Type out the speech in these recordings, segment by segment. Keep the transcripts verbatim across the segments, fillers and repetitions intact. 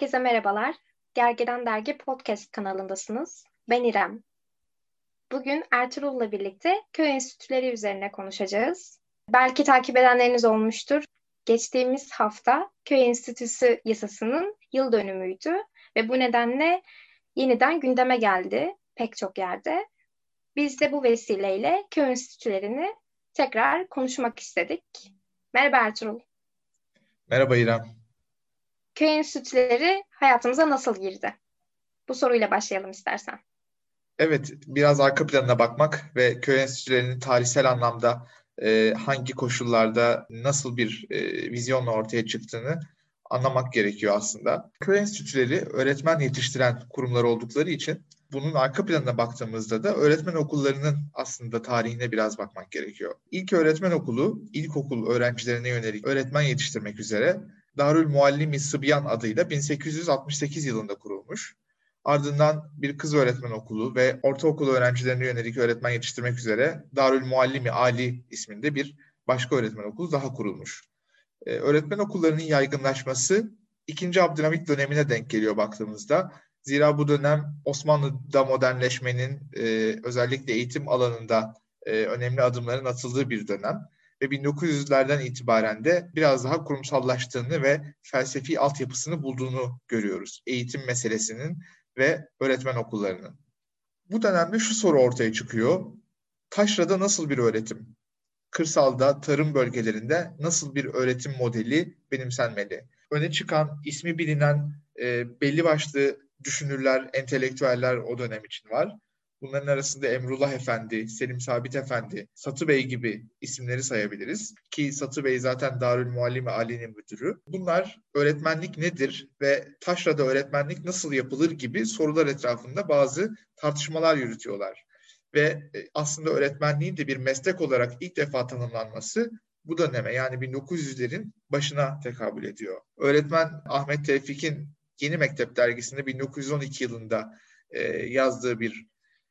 Herkese merhabalar. Gergedan Dergi Podcast kanalındasınız. Ben İrem. Bugün Ertuğrul'la birlikte köy enstitüleri üzerine konuşacağız. Belki takip edenleriniz olmuştur. Geçtiğimiz hafta köy enstitüsü yasasının yıl dönümüydü ve bu nedenle yeniden gündeme geldi pek çok yerde. Biz de bu vesileyle köy enstitülerini tekrar konuşmak istedik. Merhaba Ertuğrul. Merhaba İrem. Köy enstitüleri hayatımıza nasıl girdi? Bu soruyla başlayalım istersen. Evet, biraz arka planına bakmak ve köy enstitülerinin tarihsel anlamda e, hangi koşullarda nasıl bir e, vizyonla ortaya çıktığını anlamak gerekiyor aslında. Köy enstitüleri öğretmen yetiştiren kurumlar oldukları için bunun arka planına baktığımızda da öğretmen okullarının aslında tarihine biraz bakmak gerekiyor. İlk öğretmen okulu, ilkokul öğrencilerine yönelik öğretmen yetiştirmek üzere Darül Muallimi Sıbyan adıyla bin sekiz yüz altmış sekiz yılında kurulmuş. Ardından bir kız öğretmen okulu ve ortaokul öğrencilerine yönelik öğretmen yetiştirmek üzere Darül Muallimi Ali isminde bir başka öğretmen okulu daha kurulmuş. Ee, öğretmen okullarının yaygınlaşması ikinci. Abdülhamit dönemine denk geliyor baktığımızda. Zira bu dönem Osmanlı'da modernleşmenin e, özellikle eğitim alanında e, önemli adımların atıldığı bir dönem. Ve bin dokuz yüzlerden itibaren de biraz daha kurumsallaştığını ve felsefi altyapısını bulduğunu görüyoruz. Eğitim meselesinin ve öğretmen okullarının. Bu dönemde şu soru ortaya çıkıyor. Taşrada nasıl bir öğretim? Kırsalda, tarım bölgelerinde nasıl bir öğretim modeli benimsenmeli? Öne çıkan, ismi bilinen e, belli başlı düşünürler, entelektüeller o dönem için var. Bunların arasında Emrullah Efendi, Selim Sabit Efendi, Satı Bey gibi isimleri sayabiliriz. Ki Satı Bey zaten Darül Muallimi Ali'nin müdürü. Bunlar öğretmenlik nedir ve taşrada öğretmenlik nasıl yapılır gibi sorular etrafında bazı tartışmalar yürütüyorlar. Ve aslında öğretmenliğin de bir meslek olarak ilk defa tanımlanması bu döneme yani bin dokuz yüzlerin başına tekabül ediyor. Öğretmen Ahmet Tevfik'in Yeni Mektep dergisinde bin dokuz yüz on iki yılında e, yazdığı bir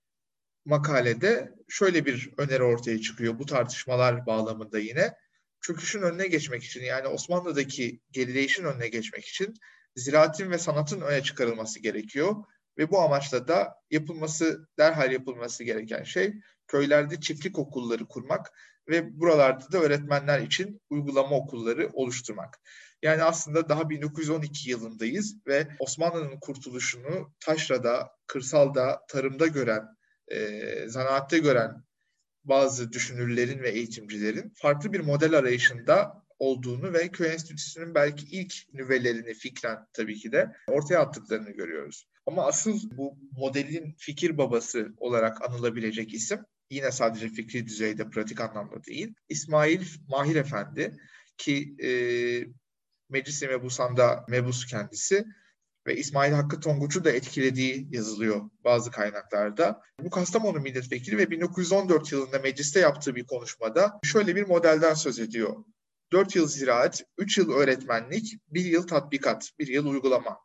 makalede şöyle bir öneri ortaya çıkıyor bu tartışmalar bağlamında yine. Çöküşün önüne geçmek için yani Osmanlı'daki gerileyişin önüne geçmek için ziraatin ve sanatın öne çıkarılması gerekiyor. Ve bu amaçla da yapılması, derhal yapılması gereken şey köylerde çiftlik okulları kurmak ve buralarda da öğretmenler için uygulama okulları oluşturmak. Yani aslında daha bin dokuz yüz on iki yılındayız ve Osmanlı'nın kurtuluşunu taşrada, kırsalda, tarımda gören, e, zanaatte gören bazı düşünürlerin ve eğitimcilerin farklı bir model arayışında olduğunu ve köy enstitüsünün belki ilk nüvelerini fikren tabii ki de ortaya attıklarını görüyoruz. Ama asıl bu modelin fikir babası olarak anılabilecek isim yine sadece fikri düzeyde, pratik anlamda değil, İsmail Mahir Efendi ki e, Meclis-i Mebusan'da mebus kendisi ve İsmail Hakkı Tonguç'u da etkilediği yazılıyor bazı kaynaklarda. Bu Kastamonu milletvekili ve bin dokuz yüz on dört yılında mecliste yaptığı bir konuşmada şöyle bir modelden söz ediyor. dört yıl ziraat, üç yıl öğretmenlik, bir yıl tatbikat, bir yıl uygulama.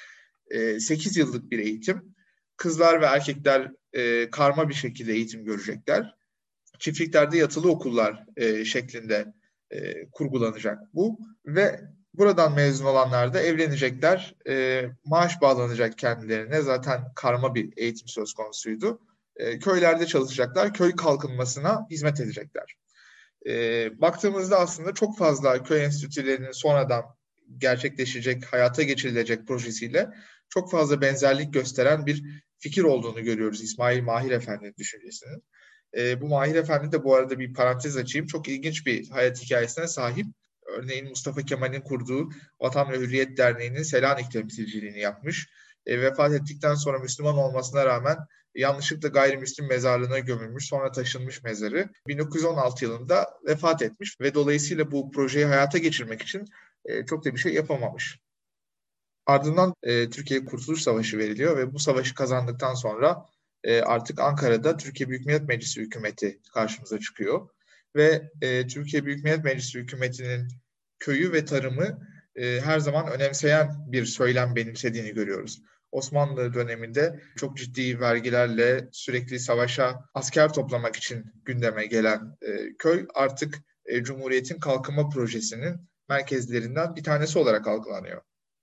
sekiz yıllık bir eğitim. Kızlar ve erkekler e, karma bir şekilde eğitim görecekler. Çiftliklerde yatılı okullar e, şeklinde e, kurgulanacak bu ve buradan mezun olanlar da evlenecekler, e, maaş bağlanacak kendilerine. Zaten karma bir eğitim söz konusuydu. E, köylerde çalışacaklar, köy kalkınmasına hizmet edecekler. E, baktığımızda aslında çok fazla köy enstitülerinin sonradan gerçekleşecek, hayata geçirilecek projesiyle çok fazla benzerlik gösteren bir fikir olduğunu görüyoruz İsmail Mahir Efendi'nin düşüncesinin. E, bu Mahir Efendi de bu arada bir parantez açayım. Çok ilginç bir hayat hikayesine sahip. Örneğin Mustafa Kemal'in kurduğu Vatan ve Hürriyet Derneği'nin Selanik temsilciliğini yapmış. E, vefat ettikten sonra Müslüman olmasına rağmen yanlışlıkla gayrimüslim mezarlığına gömülmüş, sonra taşınmış mezarı. bin dokuz yüz on altı yılında vefat etmiş ve dolayısıyla bu projeyi hayata geçirmek için e, çok da bir şey yapamamış. Ardından e, Türkiye Kurtuluş Savaşı veriliyor ve bu savaşı kazandıktan sonra e, artık Ankara'da Türkiye Büyük Millet Meclisi hükümeti karşımıza çıkıyor. Ve e, Türkiye Büyük Millet Meclisi hükümetinin köyü ve tarımı e, her zaman önemseyen bir söylem benimsediğini görüyoruz. Osmanlı döneminde çok ciddi vergilerle sürekli savaşa asker toplamak için gündeme gelen e, köy artık e, Cumhuriyet'in kalkınma projesinin merkezlerinden bir tanesi olarak algılanıyor.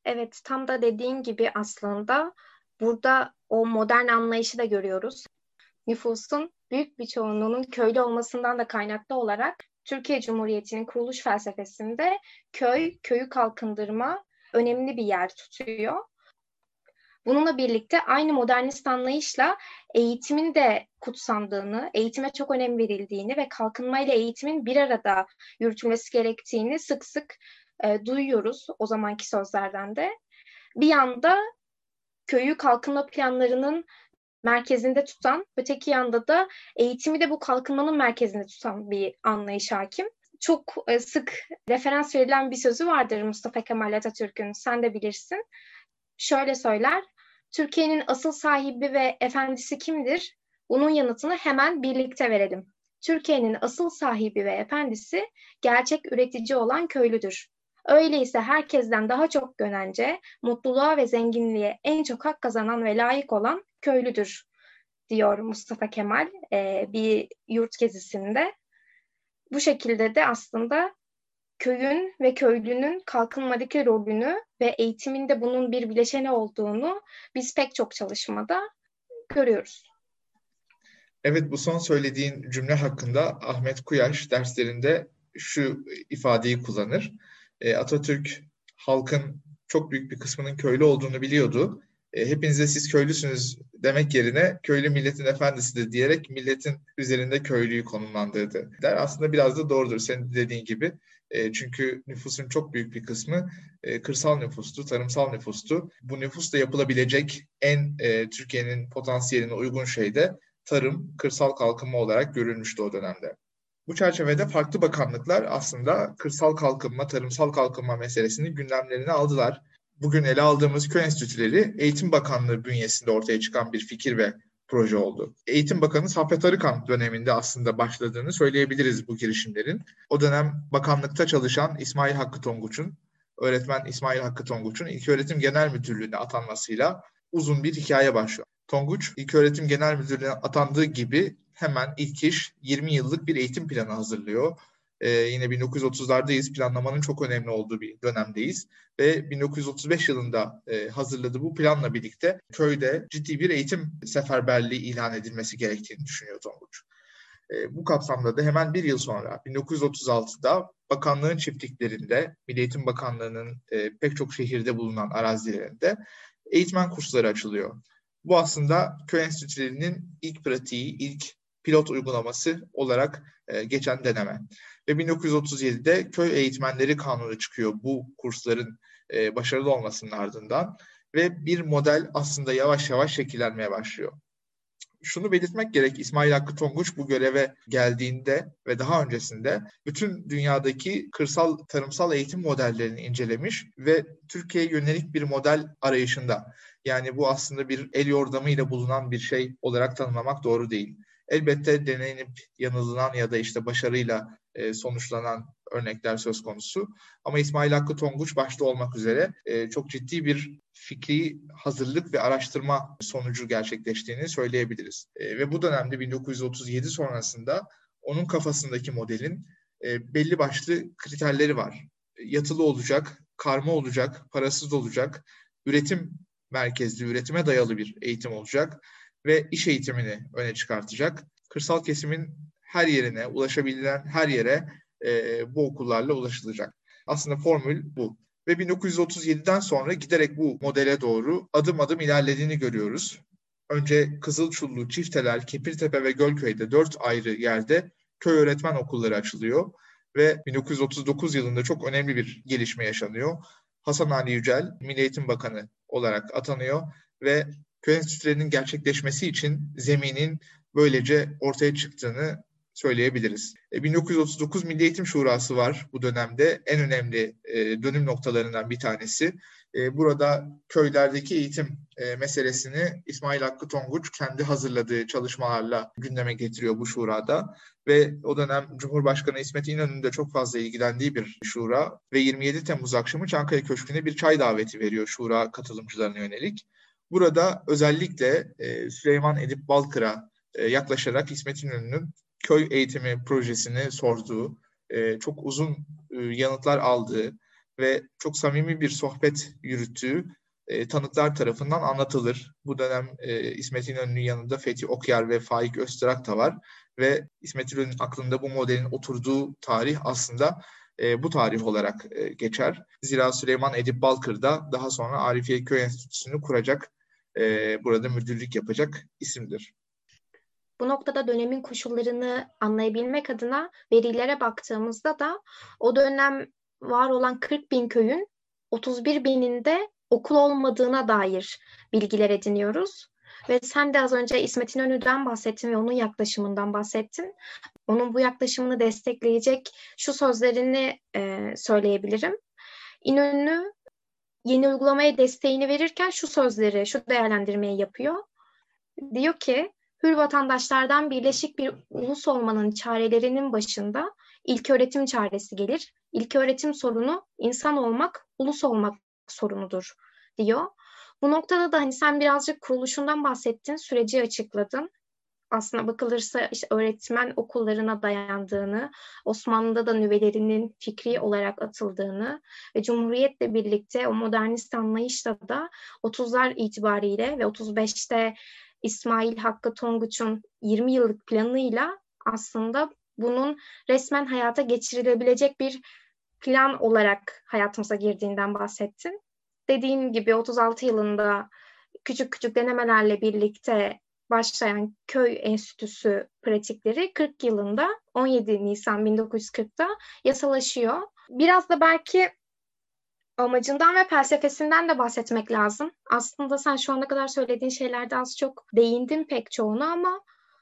Evet, tam da dediğin gibi aslında burada o modern anlayışı da görüyoruz. Nüfusun büyük bir çoğunluğunun köylü olmasından da kaynaklı olarak Türkiye Cumhuriyeti'nin kuruluş felsefesinde köy, köyü kalkındırma önemli bir yer tutuyor. Bununla birlikte aynı modernist anlayışla eğitimin de kutsandığını, eğitime çok önem verildiğini ve kalkınmayla eğitimin bir arada yürütülmesi gerektiğini sık sık e, duyuyoruz o zamanki sözlerden de. Bir yanda köyü kalkınma planlarının merkezinde tutan, öteki yanda da eğitimi de bu kalkınmanın merkezinde tutan bir anlayış hakim. Çok e, sık referans verilen bir sözü vardır Mustafa Kemal Atatürk'ün, sen de bilirsin. Şöyle söyler, Türkiye'nin asıl sahibi ve efendisi kimdir? Bunun yanıtını hemen birlikte verelim. Türkiye'nin asıl sahibi ve efendisi gerçek üretici olan köylüdür. Öyleyse herkesten daha çok gönence, mutluluğa ve zenginliğe en çok hak kazanan ve layık olan köylüdür, diyor Mustafa Kemal e, bir yurt gezisinde. Bu şekilde de aslında köyün ve köylünün kalkınmadaki rolünü ve eğitiminde bunun bir bileşeni olduğunu biz pek çok çalışmada görüyoruz. Evet, bu son söylediğin cümle hakkında Ahmet Kuyaş derslerinde şu ifadeyi kullanır. E, Atatürk halkın çok büyük bir kısmının köylü olduğunu biliyordu. E, hepinize siz köylüsünüz demek yerine köylü milletin efendisidir diyerek milletin üzerinde köylüyü konumlandırdı der. Aslında biraz da doğrudur senin dediğin gibi. E, çünkü nüfusun çok büyük bir kısmı e, kırsal nüfustu, tarımsal nüfustu. Bu nüfusla yapılabilecek en e, Türkiye'nin potansiyeline uygun şey de tarım, kırsal kalkınma olarak görülmüştü o dönemde. Bu çerçevede farklı bakanlıklar aslında kırsal kalkınma, tarımsal kalkınma meselesini gündemlerine aldılar. Bugün ele aldığımız köy enstitüleri Eğitim Bakanlığı bünyesinde ortaya çıkan bir fikir ve proje oldu. Eğitim Bakanı Saffet Arıkan döneminde aslında başladığını söyleyebiliriz bu girişimlerin. O dönem bakanlıkta çalışan İsmail Hakkı Tonguç'un, öğretmen İsmail Hakkı Tonguç'un İlköğretim Genel Müdürlüğü'ne atanmasıyla uzun bir hikaye başlıyor. Tonguç, İlköğretim Genel Müdürlüğü'ne atandığı gibi hemen ilk iş yirmi yıllık bir eğitim planı hazırlıyor. Ee, yine bin dokuz yüz otuzlardayız. Planlamanın çok önemli olduğu bir dönemdeyiz. Ve bin dokuz yüz otuz beş yılında e, hazırladığı bu planla birlikte köyde ciddi bir eğitim seferberliği ilan edilmesi gerektiğini düşünüyor Tonguç. E, bu kapsamda da hemen bir yıl sonra bin dokuz yüz otuz altıda bakanlığın çiftliklerinde, Milli Eğitim Bakanlığı'nın e, pek çok şehirde bulunan arazilerinde eğitmen kursları açılıyor. Bu aslında köy enstitülerinin ilk pratiği, ilk pilot uygulaması olarak e, geçen deneme. Ve bin dokuz yüz otuz yedide Köy Eğitmenleri Kanunu çıkıyor bu kursların e, başarılı olmasının ardından ve bir model aslında yavaş yavaş şekillenmeye başlıyor. Şunu belirtmek gerek, İsmail Hakkı Tonguç bu göreve geldiğinde ve daha öncesinde bütün dünyadaki kırsal tarımsal eğitim modellerini incelemiş ve Türkiye'ye yönelik bir model arayışında. Yani bu aslında bir el yordamıyla bulunan bir şey olarak tanımlamak doğru değil. Elbette denenip yanılınan ya da işte başarıyla e, sonuçlanan örnekler söz konusu. Ama İsmail Hakkı Tonguç başta olmak üzere e, çok ciddi bir fikri hazırlık ve araştırma sonucu gerçekleştiğini söyleyebiliriz. E, ve bu dönemde bin dokuz yüz otuz yedi sonrasında onun kafasındaki modelin e, belli başlı kriterleri var. Yatılı olacak, karma olacak, parasız olacak, üretim merkezli, üretime dayalı bir eğitim olacak ve iş eğitimini öne çıkartacak. Kırsal kesimin her yerine, ulaşabilen her yere e, bu okullarla ulaşılacak. Aslında formül bu. Ve bin dokuz yüz otuz yediden sonra giderek bu modele doğru adım adım ilerlediğini görüyoruz. Önce Kızılçullu, Çifteler, Kepirtepe ve Gölköy'de dört ayrı yerde köy öğretmen okulları açılıyor. Ve bin dokuz yüz otuz dokuz yılında çok önemli bir gelişme yaşanıyor. Hasan Ali Yücel, Milli Eğitim Bakanı olarak atanıyor ve köy enstitülerinin gerçekleşmesi için zeminin böylece ortaya çıktığını söyleyebiliriz. bin dokuz yüz otuz dokuz Milli Eğitim Şurası var bu dönemde. En önemli e, dönüm noktalarından bir tanesi. E, burada köylerdeki eğitim e, meselesini İsmail Hakkı Tonguç kendi hazırladığı çalışmalarla gündeme getiriyor bu şurada. Ve o dönem Cumhurbaşkanı İsmet İnönü'nün de çok fazla ilgilendiği bir şura. Ve yirmi yedi Temmuz akşamı Çankaya Köşkü'ne bir çay daveti veriyor şura katılımcılarına yönelik. Burada özellikle e, Süleyman Edip Balkır'a e, yaklaşarak İsmet İnönü'nün köy eğitimi projesini sorduğu, e, çok uzun e, yanıtlar aldığı ve çok samimi bir sohbet yürüttüğü e, tanıklar tarafından anlatılır. Bu dönem e, İsmet İnönü'nün yanında Fethi Okyar ve Faik Öztürk da var ve İsmet İnönü'nün aklında bu modelin oturduğu tarih aslında e, bu tarih olarak e, geçer. Zira Süleyman Edip Balkır da daha sonra Arifiye Köy Enstitüsü'nü kuracak, e, burada müdürlük yapacak isimdir. Bu noktada dönemin koşullarını anlayabilmek adına verilere baktığımızda da o dönem var olan kırk bin köyün otuz bir bininde okul olmadığına dair bilgiler ediniyoruz. Ve sen de az önce İsmet İnönü'den bahsettin ve onun yaklaşımından bahsettin. Onun bu yaklaşımını destekleyecek şu sözlerini e, söyleyebilirim. İnönü yeni uygulamaya desteğini verirken şu sözleri, şu değerlendirmeyi yapıyor. Diyor ki, hür vatandaşlardan birleşik bir ulus olmanın çarelerinin başında ilköğretim çaresi gelir. İlköğretim sorunu insan olmak, ulus olmak sorunudur diyor. Bu noktada da hani sen birazcık kuruluşundan bahsettin, süreci açıkladın. Aslına bakılırsa işte öğretmen okullarına dayandığını, Osmanlı'da da nüvelerinin fikri olarak atıldığını ve Cumhuriyet'le birlikte o modernist anlayışla da otuzlar itibariyle ve otuz beşte İsmail Hakkı Tonguç'un yirmi yıllık planıyla aslında bunun resmen hayata geçirilebilecek bir plan olarak hayatımıza girdiğinden bahsettin. Dediğim gibi otuz altı yılında küçük küçük denemelerle birlikte başlayan köy enstitüsü pratikleri kırk yılında on yedi Nisan bin dokuz yüz kırkta yasalaşıyor. Biraz da belki amacından ve felsefesinden de bahsetmek lazım. Aslında sen şu ana kadar söylediğin şeylerde az çok değindin pek çoğuna ama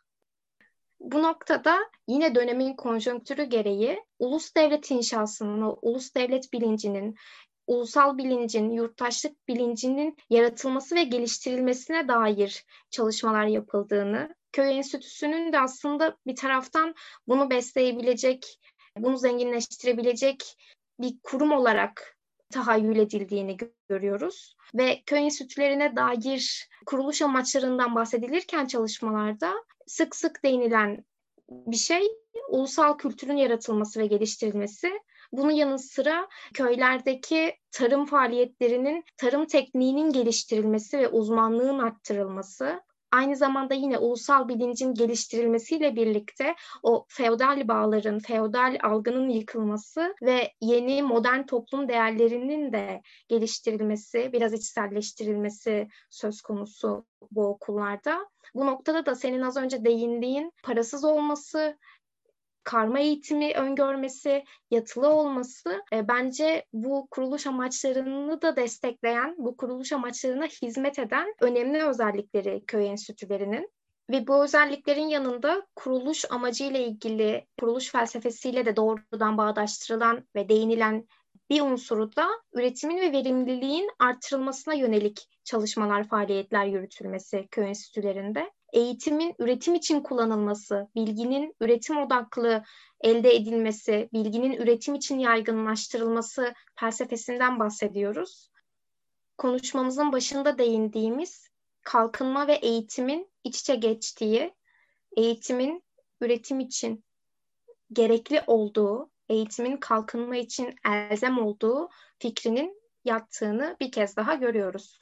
bu noktada yine dönemin konjonktürü gereği ulus devlet inşasının, ulus devlet bilincinin, ulusal bilincin, yurttaşlık bilincinin yaratılması ve geliştirilmesine dair çalışmalar yapıldığını, köy enstitüsünün de aslında bir taraftan bunu besleyebilecek, bunu zenginleştirebilecek bir kurum olarak tahayyül edildiğini görüyoruz. Ve köy enstitülerine dair kuruluş amaçlarından bahsedilirken çalışmalarda sık sık değinilen bir şey ulusal kültürün yaratılması ve geliştirilmesi. Bunun yanı sıra köylerdeki tarım faaliyetlerinin, tarım tekniğinin geliştirilmesi ve uzmanlığın arttırılması, aynı zamanda yine ulusal bilincin geliştirilmesiyle birlikte o feodal bağların, feodal algının yıkılması ve yeni modern toplum değerlerinin de geliştirilmesi, biraz içselleştirilmesi söz konusu bu okullarda. Bu noktada da senin az önce değindiğin parasız olması, karma eğitimi öngörmesi, yatılı olması e, bence bu kuruluş amaçlarını da destekleyen, bu kuruluş amaçlarına hizmet eden önemli özellikleri köy enstitülerinin. Ve bu özelliklerin yanında kuruluş amacıyla ilgili, kuruluş felsefesiyle de doğrudan bağdaştırılan ve değinilen bir unsuru da üretimin ve verimliliğin artırılmasına yönelik çalışmalar, faaliyetler yürütülmesi köy enstitülerinde. Eğitimin üretim için kullanılması, bilginin üretim odaklı elde edilmesi, bilginin üretim için yaygınlaştırılması felsefesinden bahsediyoruz. Konuşmamızın başında değindiğimiz kalkınma ve eğitimin iç içe geçtiği, eğitimin üretim için gerekli olduğu, eğitimin kalkınma için elzem olduğu fikrinin yattığını bir kez daha görüyoruz.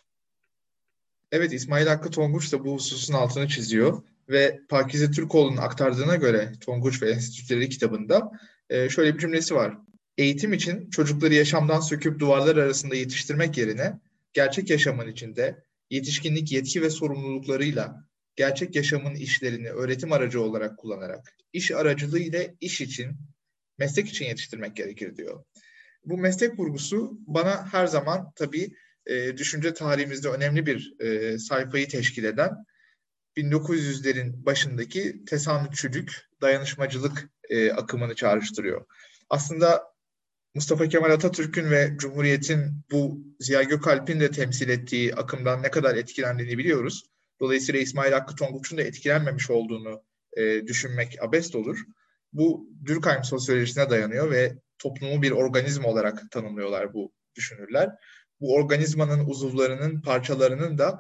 Evet, İsmail Hakkı Tonguç da bu hususun altını çiziyor ve Pakize Türkoğlu'nun aktardığına göre Tonguç ve Enstitüleri kitabında e, şöyle bir cümlesi var. Eğitim için çocukları yaşamdan söküp duvarlar arasında yetiştirmek yerine gerçek yaşamın içinde yetişkinlik yetki ve sorumluluklarıyla gerçek yaşamın işlerini öğretim aracı olarak kullanarak iş aracılığı ile iş için, meslek için yetiştirmek gerekir diyor. Bu meslek vurgusu bana her zaman tabii e, düşünce tarihimizde önemli bir e, sayfayı teşkil eden bin dokuz yüzlerin başındaki tesanütçülük, dayanışmacılık e, akımını çağrıştırıyor. Aslında Mustafa Kemal Atatürk'ün ve Cumhuriyet'in bu Ziya Gökalp'in de temsil ettiği akımdan ne kadar etkilendiğini biliyoruz. Dolayısıyla İsmail Hakkı Tonguç'un da etkilenmemiş olduğunu e, düşünmek abest olur. Bu Durkheim sosyolojisine dayanıyor ve toplumu bir organizma olarak tanımlıyorlar bu düşünürler. Bu organizmanın uzuvlarının, parçalarının da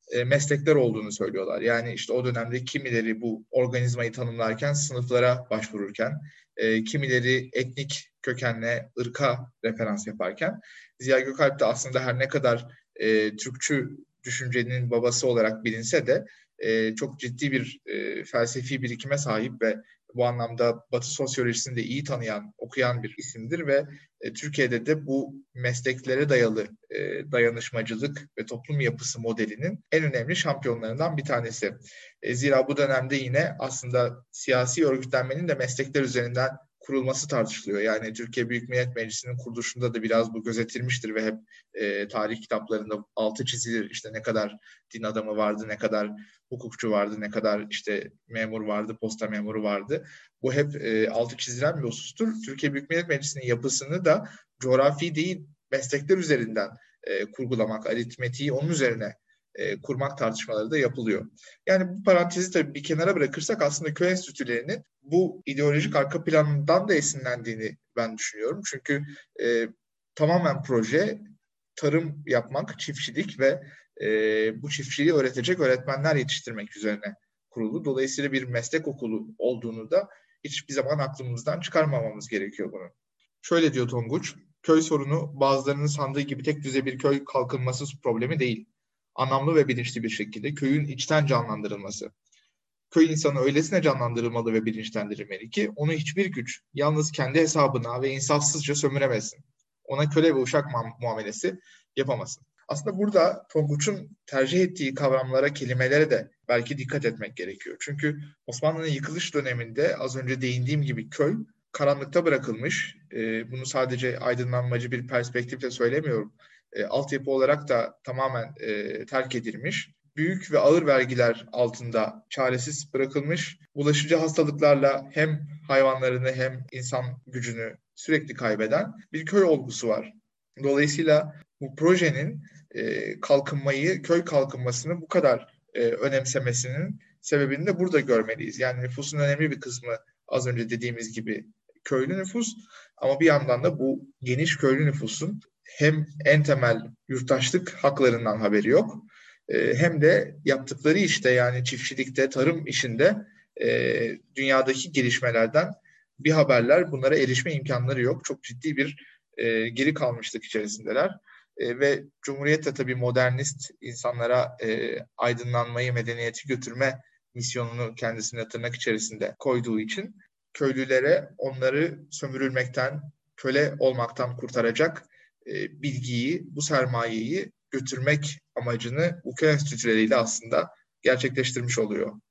e, meslekler olduğunu söylüyorlar. Yani işte o dönemde kimileri bu organizmayı tanımlarken sınıflara başvururken, e, kimileri etnik kökenle, ırka referans yaparken, Ziya Gökalp de aslında her ne kadar e, Türkçü düşüncenin babası olarak bilinse de e, çok ciddi bir e, felsefi birikime sahip ve bu anlamda Batı sosyolojisini de iyi tanıyan, okuyan bir isimdir ve e, Türkiye'de de bu mesleklere dayalı e, dayanışmacılık ve toplum yapısı modelinin en önemli şampiyonlarından bir tanesi. E, zira bu dönemde yine aslında siyasi örgütlenmenin de meslekler üzerinden kurulması tartışılıyor. Yani Türkiye Büyük Millet Meclisi'nin kuruluşunda da biraz bu gözetilmiştir ve hep e, tarih kitaplarında altı çizilir. İşte ne kadar din adamı vardı, ne kadar hukukçu vardı, ne kadar işte memur vardı, posta memuru vardı. Bu hep e, altı çizilen bir husustur. Türkiye Büyük Millet Meclisi'nin yapısını da coğrafi değil, meslekler üzerinden e, kurgulamak, aritmetiği onun üzerine e, kurmak tartışmaları da yapılıyor. Yani bu parantezi tabii bir kenara bırakırsak aslında köy enstitülerinin bu ideolojik arka planından da esinlendiğini ben düşünüyorum. Çünkü e, tamamen proje tarım yapmak, çiftçilik ve e, bu çiftçiliği öğretecek öğretmenler yetiştirmek üzerine kurulu. Dolayısıyla bir meslek okulu olduğunu da hiçbir zaman aklımızdan çıkarmamamız gerekiyor bunun. Şöyle diyor Tonguç, köy sorunu bazılarının sandığı gibi tek düze bir köy kalkınması problemi değil. Anlamlı ve bilinçli bir şekilde köyün içten canlandırılması. Köy insanı öylesine canlandırılmalı ve bilinçlendirilmeli ki onu hiçbir güç yalnız kendi hesabına ve insafsızca sömüremesin. Ona köle ve uşak muamelesi yapamasın. Aslında burada Tonguç'un tercih ettiği kavramlara, kelimelere de belki dikkat etmek gerekiyor. Çünkü Osmanlı'nın yıkılış döneminde az önce değindiğim gibi köy karanlıkta bırakılmış. E, bunu sadece aydınlanmacı bir perspektifle söylemiyorum. E, altyapı olarak da tamamen e, terk edilmiş. Büyük ve ağır vergiler altında çaresiz bırakılmış. Bulaşıcı hastalıklarla hem hayvanlarını hem insan gücünü sürekli kaybeden bir köy olgusu var. Dolayısıyla bu projenin e, kalkınmayı, köy kalkınmasını bu kadar e, önemsemesinin sebebini de burada görmeliyiz. Yani nüfusun önemli bir kısmı az önce dediğimiz gibi köylü nüfus ama bir yandan da bu geniş köylü nüfusun hem en temel yurttaşlık haklarından haberi yok e, hem de yaptıkları işte yani çiftçilikte, tarım işinde e, dünyadaki gelişmelerden bir haberler, bunlara erişme imkanları yok. Çok ciddi bir e, geri kalmışlık içerisindeler. E, ve Cumhuriyet de tabii modernist insanlara e, aydınlanmayı, medeniyeti götürme misyonunu kendisine tırnak içerisinde koyduğu için köylülere onları sömürülmekten, köle olmaktan kurtaracak e, bilgiyi, bu sermayeyi götürmek amacını bu köy enstitüleriyle aslında gerçekleştirmiş oluyor.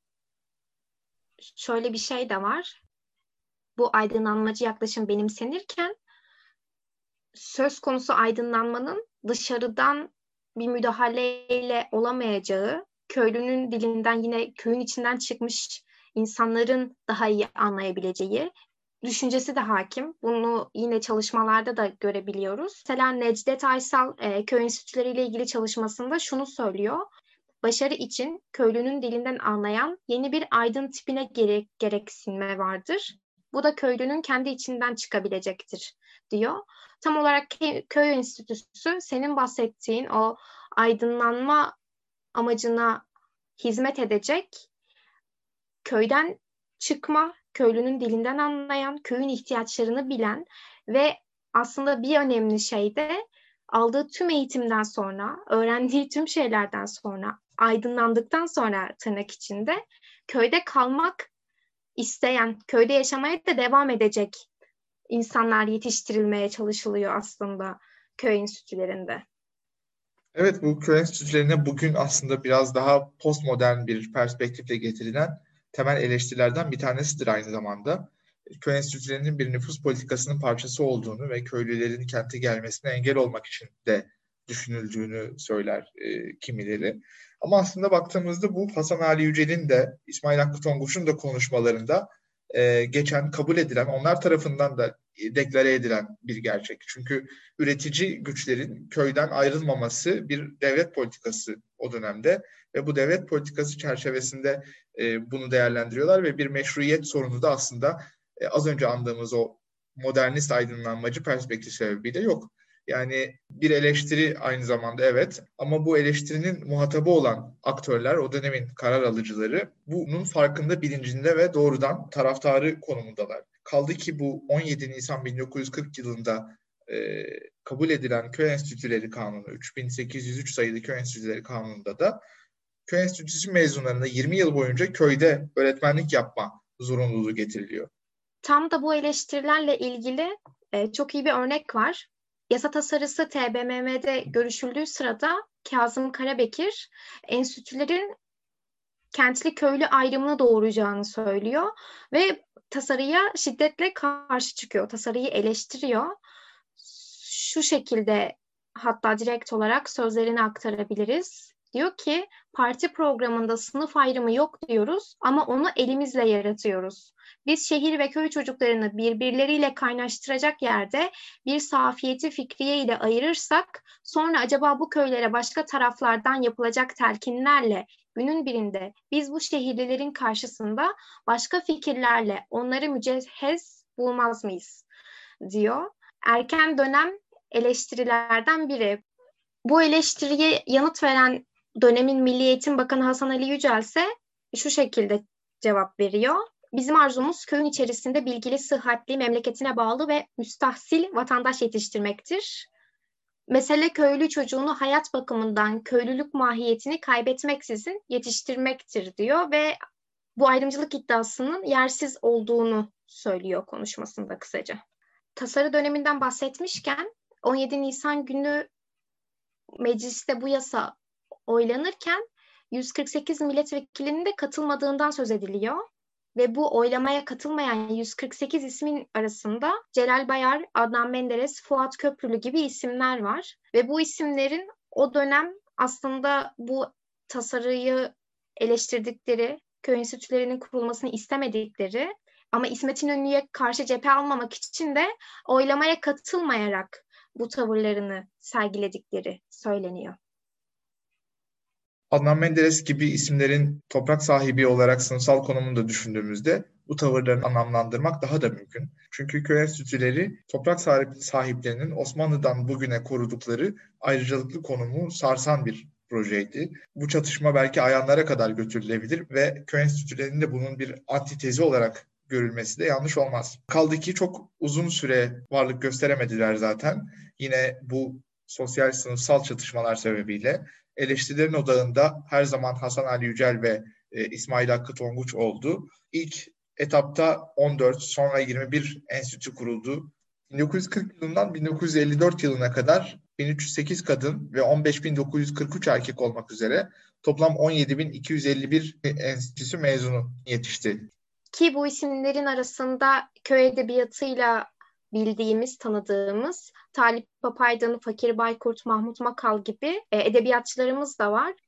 Şöyle bir şey de var. Bu aydınlanmacı yaklaşım benimsenirken söz konusu aydınlanmanın dışarıdan bir müdahaleyle olamayacağı, köylünün dilinden yine köyün içinden çıkmış insanların daha iyi anlayabileceği düşüncesi de hakim. Bunu yine çalışmalarda da görebiliyoruz. Mesela Necdet Aysal e, köy enstitüleriyle ilgili çalışmasında şunu söylüyor. Başarı için köylünün dilinden anlayan yeni bir aydın tipine gerek, gereksinme vardır. Bu da köylünün kendi içinden çıkabilecektir diyor. Tam olarak köy enstitüsü senin bahsettiğin o aydınlanma amacına hizmet edecek, köyden çıkma, köylünün dilinden anlayan, köyün ihtiyaçlarını bilen ve aslında bir önemli şey de aldığı tüm eğitimden sonra, öğrendiği tüm şeylerden sonra, aydınlandıktan sonra tırnak içinde köyde kalmak isteyen, köyde yaşamaya da devam edecek insanlar yetiştirilmeye çalışılıyor aslında köy enstitülerinde. Evet, bu köy enstitülerine bugün aslında biraz daha postmodern bir perspektifle getirilen temel eleştirilerden bir tanesidir aynı zamanda. Köy enstitülerinin bir nüfus politikasının parçası olduğunu ve köylülerin kente gelmesine engel olmak için de düşünüldüğünü söyler e, kimileri. Ama aslında baktığımızda bu Hasan Ali Yücel'in de İsmail Hakkı Tonguç'un da konuşmalarında e, geçen, kabul edilen, onlar tarafından da deklare edilen bir gerçek. Çünkü üretici güçlerin köyden ayrılmaması bir devlet politikası o dönemde ve bu devlet politikası çerçevesinde e, bunu değerlendiriyorlar ve bir meşruiyet sorunu da aslında e, az önce andığımız o modernist aydınlanmacı perspektif sebebiyle yok. Yani bir eleştiri aynı zamanda, evet, ama bu eleştirinin muhatabı olan aktörler, o dönemin karar alıcıları bunun farkında, bilincinde ve doğrudan taraftarı konumundalar. Kaldı ki bu on yedi Nisan bin dokuz yüz kırk yılında e, kabul edilen Köy Enstitüleri Kanunu, üç bin sekiz yüz üç sayılı Köy Enstitüleri Kanunu'nda da köy enstitüsü mezunlarına yirmi yıl boyunca köyde öğretmenlik yapma zorunluluğu getiriliyor. Tam da bu eleştirilerle ilgili e, çok iyi bir örnek var. Yasa tasarısı T B M M'de görüşüldüğü sırada Kazım Karabekir enstitülerin kentli köylü ayrımını doğuracağını söylüyor ve tasarıya şiddetle karşı çıkıyor. Tasarıyı eleştiriyor. Şu şekilde, hatta direkt olarak sözlerini aktarabiliriz. Diyor ki, parti programında sınıf ayrımı yok diyoruz ama onu elimizle yaratıyoruz. Biz şehir ve köy çocuklarını birbirleriyle kaynaştıracak yerde bir safiyeti fikriye ile ayırırsak, sonra acaba bu köylere başka taraflardan yapılacak telkinlerle günün birinde biz bu şehirlilerin karşısında başka fikirlerle onları mücehhez bulmaz mıyız, diyor. Erken dönem eleştirilerden biri. Bu eleştiriye yanıt veren dönemin Milli Eğitim Bakanı Hasan Ali Yücel ise şu şekilde cevap veriyor. Bizim arzumuz köyün içerisinde bilgili, sıhhatli, memleketine bağlı ve müstahsil vatandaş yetiştirmektir. Mesele köylü çocuğunu hayat bakımından köylülük mahiyetini kaybetmeksizin yetiştirmektir, diyor ve bu ayrımcılık iddiasının yersiz olduğunu söylüyor konuşmasında kısaca. Tasarı döneminden bahsetmişken on yedi Nisan günü mecliste bu yasa oylanırken yüz kırk sekiz milletvekilinin de katılmadığından söz ediliyor. Ve bu oylamaya katılmayan yüz kırk sekiz ismin arasında Celal Bayar, Adnan Menderes, Fuat Köprülü gibi isimler var. Ve bu isimlerin o dönem aslında bu tasarıyı eleştirdikleri, köy enstitülerinin kurulmasını istemedikleri ama İsmet İnönü'ye karşı cephe almamak için de oylamaya katılmayarak bu tavırlarını sergiledikleri söyleniyor. Adnan Menderes gibi isimlerin toprak sahibi olarak sınıfsal konumunu da düşündüğümüzde bu tavırlarını anlamlandırmak daha da mümkün. Çünkü köy enstitüleri toprak sahiplerinin Osmanlı'dan bugüne korudukları ayrıcalıklı konumu sarsan bir projeydi. Bu çatışma belki ayanlara kadar götürülebilir ve köy enstitülerinin de bunun bir antitezi olarak görülmesi de yanlış olmaz. Kaldı ki çok uzun süre varlık gösteremediler zaten. Yine bu sosyal sınıfsal çatışmalar sebebiyle eleştirilerin odağında her zaman Hasan Ali Yücel ve e, İsmail Hakkı Tonguç oldu. İlk etapta on dört, sonra yirmi bir enstitü kuruldu. bin dokuz yüz kırk yılından bin dokuz yüz elli dört yılına kadar bin üç yüz sekiz kadın ve on beş bin dokuz yüz kırk üç erkek olmak üzere toplam on yedi bin iki yüz elli bir enstitüsü mezunu yetişti. Ki bu isimlerin arasında köy edebiyatıyla bildiğimiz, tanıdığımız Talip Papaydan, Fakir Baykurt, Mahmut Makal gibi e, edebiyatçılarımız da var.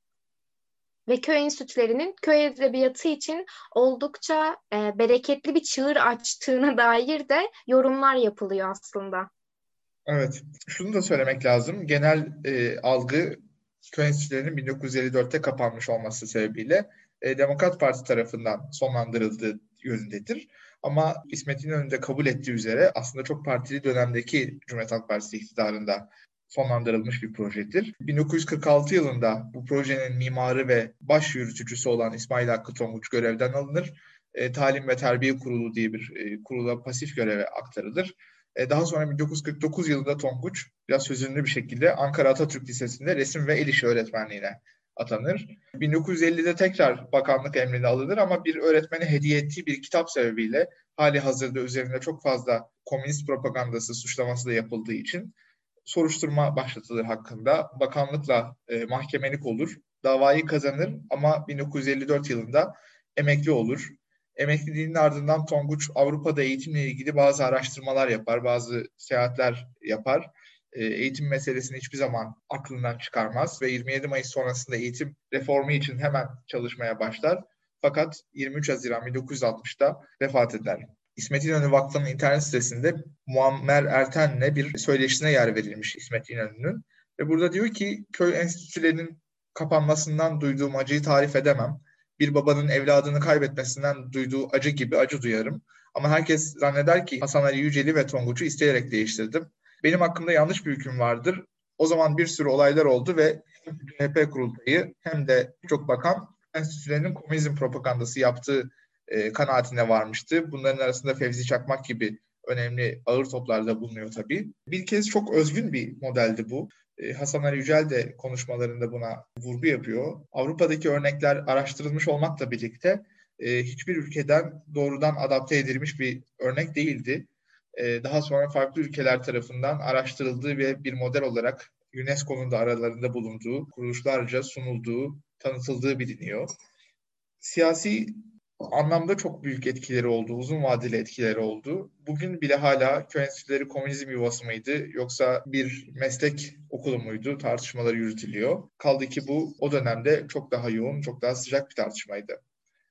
Ve köy enstitülerinin köy edebiyatı için oldukça e, bereketli bir çığır açtığına dair de yorumlar yapılıyor aslında. Evet, şunu da söylemek lazım. Genel e, algı köy enstitülerinin bin dokuz yüz elli dörtte kapanmış olması sebebiyle e, Demokrat Parti tarafından sonlandırıldığı yönündedir. Ama İsmet İnönü de kabul ettiği üzere aslında çok partili dönemdeki Cumhuriyet Halk Partisi iktidarında sonlandırılmış bir projedir. bin dokuz yüz kırk altı yılında bu projenin mimarı ve baş yürütücüsü olan İsmail Hakkı Tonguç görevden alınır. E, Talim ve Terbiye Kurulu diye bir e, kurula pasif göreve aktarılır. E, daha sonra bin dokuz yüz kırk dokuz yılında Tonguç biraz sözünlü bir şekilde Ankara Atatürk Lisesi'nde resim ve el işi öğretmenliğine atanır. bin dokuz yüz ellide tekrar bakanlık emrine alınır ama bir öğretmene hediye ettiği bir kitap sebebiyle hali hazırda üzerinde çok fazla komünist propagandası suçlaması da yapıldığı için soruşturma başlatılır hakkında. Bakanlıkla e, mahkemelik olur. Davayı kazanır ama bin dokuz yüz elli dört yılında emekli olur. Emekliliğinin ardından Tonguç Avrupa'da eğitimle ilgili bazı araştırmalar yapar, bazı seyahatler yapar. E, eğitim meselesini hiçbir zaman aklından çıkarmaz ve yirmi yedi Mayıs sonrasında eğitim reformu için hemen çalışmaya başlar. Fakat yirmi üç Haziran bin dokuz yüz altmışta vefat eder. İsmet İnönü Vakfı'nın internet sitesinde Muammer Erten'le bir söyleşisine yer verilmiş İsmet İnönü'nün. Ve burada diyor ki, köy enstitülerinin kapanmasından duyduğum acıyı tarif edemem. Bir babanın evladını kaybetmesinden duyduğu acı gibi acı duyarım. Ama herkes zanneder ki Hasan Ali Yücel'i ve Tonguç'u isteyerek değiştirdim. benim hakkımda yanlış bir hüküm vardır. O zaman bir sürü olaylar oldu ve hem C H P kurultayı hem de birçok bakan enstitülerinin komünizm propagandası yaptığı e, kanaatine varmıştı. Bunların arasında Fevzi Çakmak gibi önemli ağır toplarda bulunuyor tabii. Bir kez çok özgün bir modeldi bu. E, Hasan Ali Yücel de konuşmalarında buna vurgu yapıyor. Avrupa'daki örnekler araştırılmış olmakla birlikte e, hiçbir ülkeden doğrudan adapte edilmiş bir örnek değildi. E, daha sonra farklı ülkeler tarafından araştırıldığı ve bir model olarak U N E S Co'nun da aralarında bulunduğu, kuruluşlarca sunulduğu, tanıtıldığı biliniyor. Siyasi anlamda çok büyük etkileri oldu, uzun vadeli etkileri oldu. Bugün bile hala köy enstitüleri komünizm yuvası mıydı yoksa bir meslek okulu muydu tartışmaları yürütülüyor. Kaldı ki bu o dönemde çok daha yoğun, çok daha sıcak bir tartışmaydı.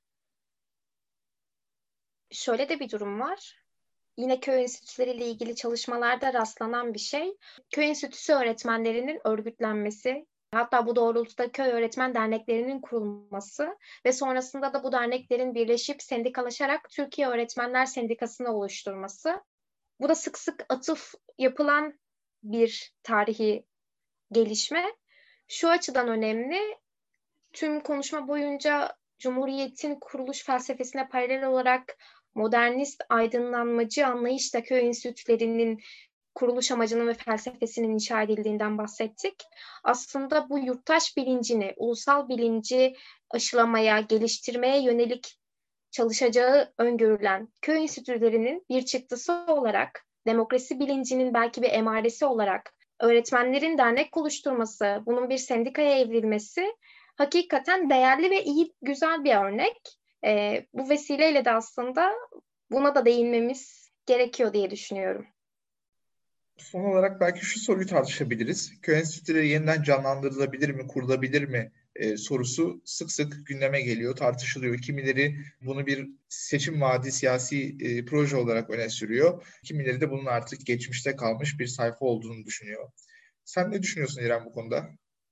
Şöyle de bir durum var. Yine köy enstitüleriyle ilgili çalışmalarda rastlanan bir şey. Köy enstitüsü öğretmenlerinin örgütlenmesi, hatta bu doğrultuda köy öğretmen derneklerinin kurulması ve sonrasında da bu derneklerin birleşip sendikalaşarak Türkiye Öğretmenler Sendikası'nı oluşturması. Bu da sık sık atıf yapılan bir tarihi gelişme. Şu açıdan önemli, tüm konuşma boyunca Cumhuriyet'in kuruluş felsefesine paralel olarak modernist aydınlanmacı anlayışla köy enstitülerinin kuruluş amacının ve felsefesinin inşa edildiğinden bahsettik. Aslında bu yurttaş bilincini, ulusal bilinci aşılamaya, geliştirmeye yönelik çalışacağı öngörülen köy enstitülerinin bir çıktısı olarak, demokrasi bilincinin belki bir emaresi olarak öğretmenlerin dernek oluşturması, bunun bir sendikaya evrilmesi hakikaten değerli ve iyi, güzel bir örnek. Ee, bu vesileyle de aslında buna da değinmemiz gerekiyor diye düşünüyorum. Son olarak belki şu soruyu tartışabiliriz. Köy enstitüleri yeniden canlandırılabilir mi, kurulabilir mi e, sorusu sık sık gündeme geliyor, tartışılıyor. Kimileri bunu bir seçim vaadi siyasi e, proje olarak öne sürüyor. Kimileri de bunun artık geçmişte kalmış bir sayfa olduğunu düşünüyor. Sen ne düşünüyorsun İrem bu konuda?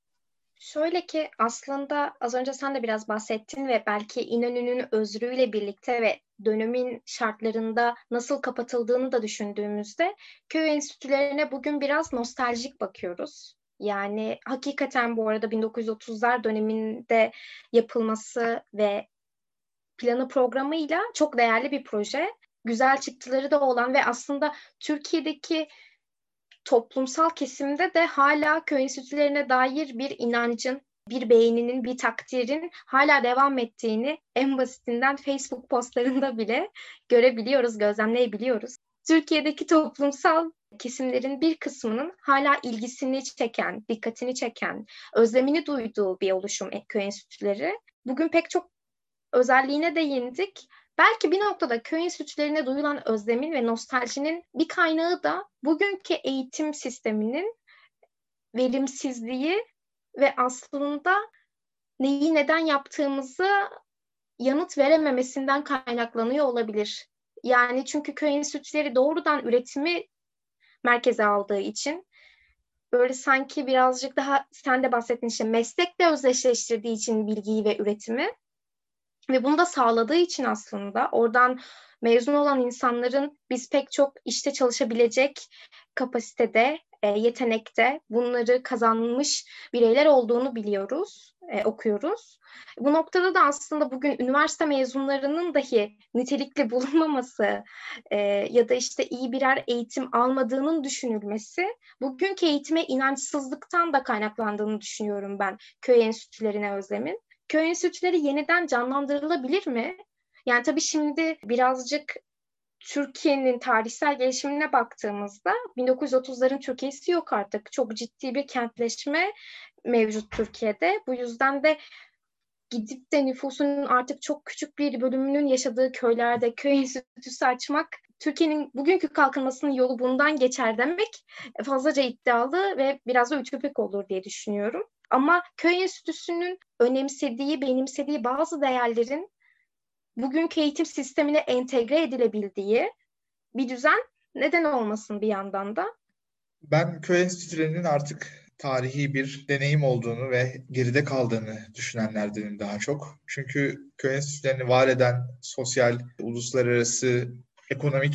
Şöyle ki aslında az önce sen de biraz bahsettin ve belki İnönü'nün özrüyle birlikte ve dönemin şartlarında nasıl kapatıldığını da düşündüğümüzde köy enstitülerine bugün biraz nostaljik bakıyoruz. Yani hakikaten bu arada bin dokuz yüz otuzlar döneminde yapılması ve planı programıyla çok değerli bir proje. Güzel çıktıları da olan ve aslında Türkiye'deki toplumsal kesimde de hala köy enstitülerine dair bir inancın, bir beğeninin, bir takdirin hala devam ettiğini en basitinden Facebook postlarında bile görebiliyoruz, gözlemleyebiliyoruz. Türkiye'deki toplumsal kesimlerin bir kısmının hala ilgisini çeken, dikkatini çeken, özlemini duyduğu bir oluşum köy enstitüleri. Bugün pek çok özelliğine değindik. Belki bir noktada köy enstitülerine duyulan özlemin ve nostaljinin bir kaynağı da bugünkü eğitim sisteminin verimsizliği ve aslında neyi neden yaptığımızı yanıt verememesinden kaynaklanıyor olabilir. Yani çünkü köy enstitüleri doğrudan üretimi merkeze aldığı için böyle sanki birazcık daha sen de bahsettin işte meslekle özdeşleştirdiği için bilgiyi ve üretimi ve bunu da sağladığı için aslında oradan mezun olan insanların biz pek çok işte çalışabilecek kapasitede, e, yetenekte bunları kazanmış bireyler olduğunu biliyoruz, e, okuyoruz. Bu noktada da aslında bugün üniversite mezunlarının dahi nitelikli bulunmaması e, ya da işte iyi birer eğitim almadığının düşünülmesi bugünkü eğitime inançsızlıktan da kaynaklandığını düşünüyorum ben köy enstitülerine özlemin. Köy enstitüleri yeniden canlandırılabilir mi? Yani tabii şimdi birazcık Türkiye'nin tarihsel gelişimine baktığımızda bin dokuz yüz otuzların Türkiye'si yok artık. Çok ciddi bir kentleşme mevcut Türkiye'de. Bu yüzden de gidip de nüfusunun artık çok küçük bir bölümünün yaşadığı köylerde köy enstitüsü açmak, Türkiye'nin bugünkü kalkınmasının yolu bundan geçer demek fazlaca iddialı ve biraz da ütopik olur diye düşünüyorum. Ama köy enstitüsünün önemsediği, benimsediği bazı değerlerin bugünkü eğitim sistemine entegre edilebildiği bir düzen neden olmasın bir yandan da. Ben köy enstitülerinin artık tarihi bir deneyim olduğunu ve geride kaldığını düşünenlerdenim daha çok. Çünkü köy enstitülerini var eden sosyal, uluslararası, ekonomik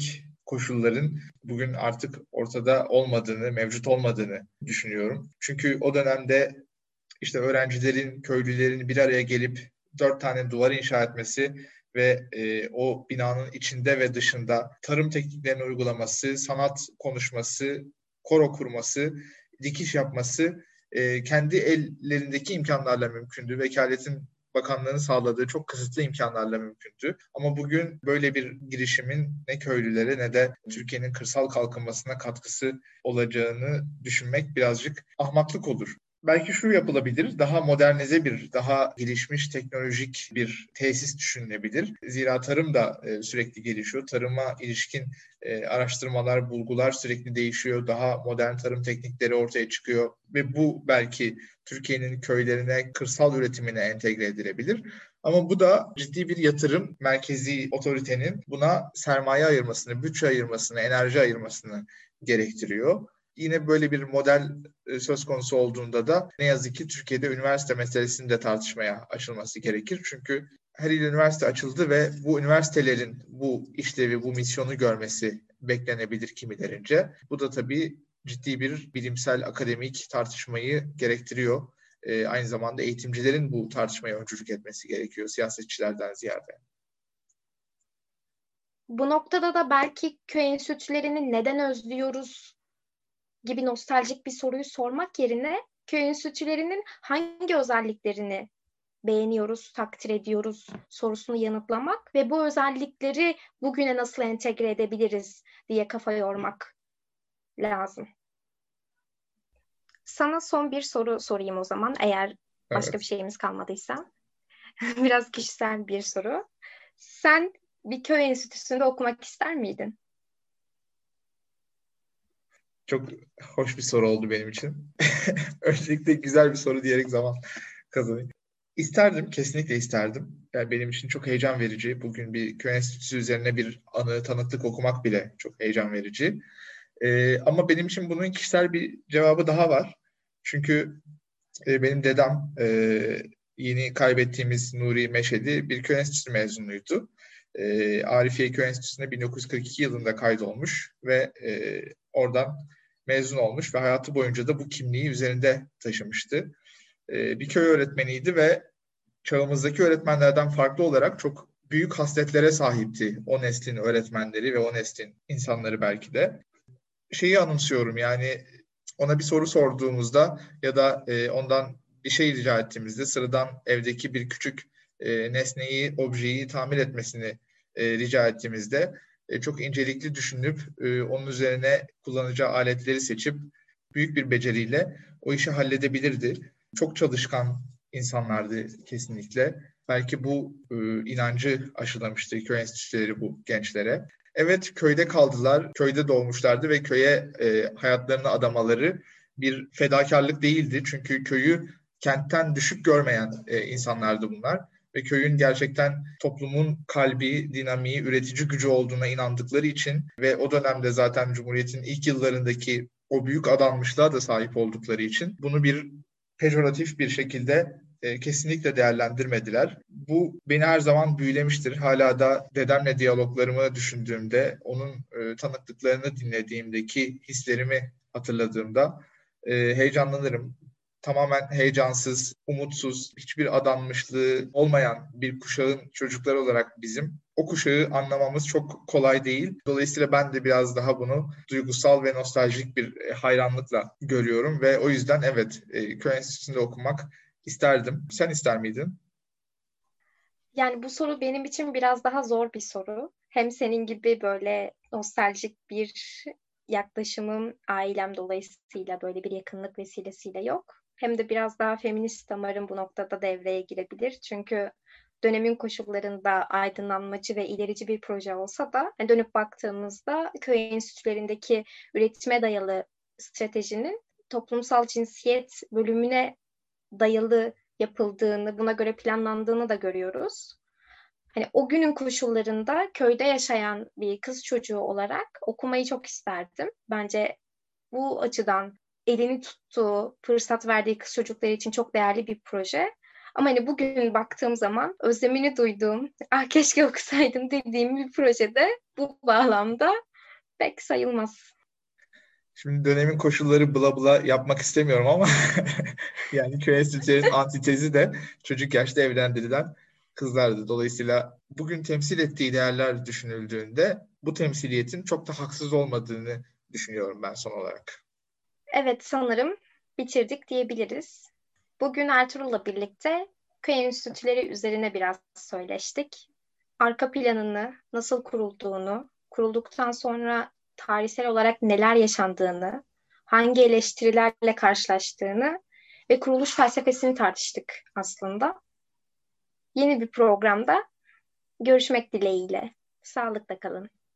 koşulların bugün artık ortada olmadığını, mevcut olmadığını düşünüyorum. Çünkü o dönemde işte öğrencilerin, köylülerin bir araya gelip dört tane duvar inşa etmesi ve e, o binanın içinde ve dışında tarım tekniklerini uygulaması, sanat konuşması, koro kurması, dikiş yapması e, kendi ellerindeki imkanlarla mümkündü. Vekaletin bakanlığının sağladığı çok kısıtlı imkanlarla mümkündü. Ama bugün böyle bir girişimin ne köylülere ne de Türkiye'nin kırsal kalkınmasına katkısı olacağını düşünmek birazcık ahmaklık olur. Belki şu yapılabilir, daha modernize bir, daha gelişmiş teknolojik bir tesis düşünülebilir. Zira tarım da e, sürekli gelişiyor. Tarıma ilişkin e, araştırmalar, bulgular sürekli değişiyor. Daha modern tarım teknikleri ortaya çıkıyor. Ve bu belki Türkiye'nin köylerine, kırsal üretimine entegre edilebilir. Ama bu da ciddi bir yatırım, merkezi otoritenin buna sermaye ayırmasını, bütçe ayırmasını, enerji ayırmasını gerektiriyor. Yine böyle bir model söz konusu olduğunda da ne yazık ki Türkiye'de üniversite meselesinin de tartışmaya açılması gerekir. Çünkü her il üniversite açıldı ve bu üniversitelerin bu işlevi, bu misyonu görmesi beklenebilir kimilerince. Bu da tabii ciddi bir bilimsel, akademik tartışmayı gerektiriyor. Ee, aynı zamanda eğitimcilerin bu tartışmaya öncülük etmesi gerekiyor, siyasetçilerden ziyade. Bu noktada da belki köy enstitülerini neden özlüyoruz gibi nostaljik bir soruyu sormak yerine köy enstitülerinin hangi özelliklerini beğeniyoruz, takdir ediyoruz sorusunu yanıtlamak ve bu özellikleri bugüne nasıl entegre edebiliriz diye kafa yormak lazım. Sana son bir soru sorayım o zaman, eğer başka Evet. bir şeyimiz kalmadıysa. Biraz kişisel bir soru. Sen bir köy enstitüsünde okumak ister miydin? Çok hoş bir soru oldu benim için. Öncelikle güzel bir soru diyerek zaman kazanayım. İsterdim, kesinlikle isterdim. Yani benim için çok heyecan verici. Bugün bir köy enstitüsü üzerine bir anı, tanıklık okumak bile çok heyecan verici. Ee, ama benim için bunun kişisel bir cevabı daha var. Çünkü e, benim dedem e, yeni kaybettiğimiz Nuri Meşedi bir köy enstitüsü mezunuydu. E, Arifiye Köy Enstitüsü'ne bin dokuz yüz kırk iki yılında kaydolmuş ve e, oradan mezun olmuş ve hayatı boyunca da bu kimliği üzerinde taşımıştı. E, bir köy öğretmeniydi ve çağımızdaki öğretmenlerden farklı olarak çok büyük hasletlere sahipti o neslin öğretmenleri ve o neslin insanları belki de. Şeyi anımsıyorum, yani ona bir soru sorduğumuzda ya da e, ondan bir şey rica ettiğimizde sıradan evdeki bir küçük e, nesneyi, objeyi tamir etmesini e, rica ettiğimizde e, çok incelikli düşünüp e, onun üzerine kullanacağı aletleri seçip büyük bir beceriyle o işi halledebilirdi. Çok çalışkan insanlardı kesinlikle. Belki bu e, inancı aşılamıştı köy enstitüleri bu gençlere. Evet, köyde kaldılar, köyde doğmuşlardı ve köye e, hayatlarını adamaları bir fedakarlık değildi. Çünkü köyü kentten düşük görmeyen e, insanlardı bunlar. Ve köyün gerçekten toplumun kalbi, dinamiği, üretici gücü olduğuna inandıkları için ve o dönemde zaten Cumhuriyet'in ilk yıllarındaki o büyük adanmışlığa da sahip oldukları için bunu bir pejoratif bir şekilde e, kesinlikle değerlendirmediler. Bu beni her zaman büyülemiştir. Hala da dedemle diyaloglarımı düşündüğümde, onun e, tanıklıklarını dinlediğimdeki hislerimi hatırladığımda e, heyecanlanırım. Tamamen heyecansız, umutsuz, hiçbir adanmışlığı olmayan bir kuşağın çocukları olarak bizim o kuşağı anlamamız çok kolay değil. Dolayısıyla ben de biraz daha bunu duygusal ve nostaljik bir e, hayranlıkla görüyorum ve o yüzden evet, e, köy enstitüsünde okumak isterdim. Sen ister miydin? Yani bu soru benim için biraz daha zor bir soru. Hem senin gibi böyle nostaljik bir yaklaşımım ailem dolayısıyla böyle bir yakınlık vesilesiyle yok. Hem de biraz daha feminist damarım bu noktada devreye girebilir. Çünkü dönemin koşullarında aydınlanmacı ve ilerici bir proje olsa da dönüp baktığımızda köy enstitülerindeki üretime dayalı stratejinin toplumsal cinsiyet bölümüne dayalı yapıldığını, buna göre planlandığını da görüyoruz. Hani o günün koşullarında köyde yaşayan bir kız çocuğu olarak okumayı çok isterdim. Bence bu açıdan elini tuttuğu, fırsat verdiği kız çocukları için çok değerli bir proje. Ama hani bugün baktığım zaman özlemini duyduğum, ah keşke okusaydım dediğim bir projede bu bağlamda Pek sayılmaz. Şimdi dönemin koşulları bla bla yapmak istemiyorum ama yani köy enstitülerinin antitezi de çocuk yaşta evlendirilen kızlardı. Dolayısıyla bugün temsil ettiği değerler düşünüldüğünde bu temsiliyetin çok da haksız olmadığını düşünüyorum ben son olarak. Evet, sanırım bitirdik diyebiliriz. Bugün Ertuğrul'la birlikte köy enstitüleri üzerine biraz söyleştik. Arka planını, nasıl kurulduğunu, kurulduktan sonra tarihsel olarak neler yaşandığını, hangi eleştirilerle karşılaştığını ve kuruluş felsefesini tartıştık aslında. Yeni bir programda görüşmek dileğiyle. Sağlıkla kalın.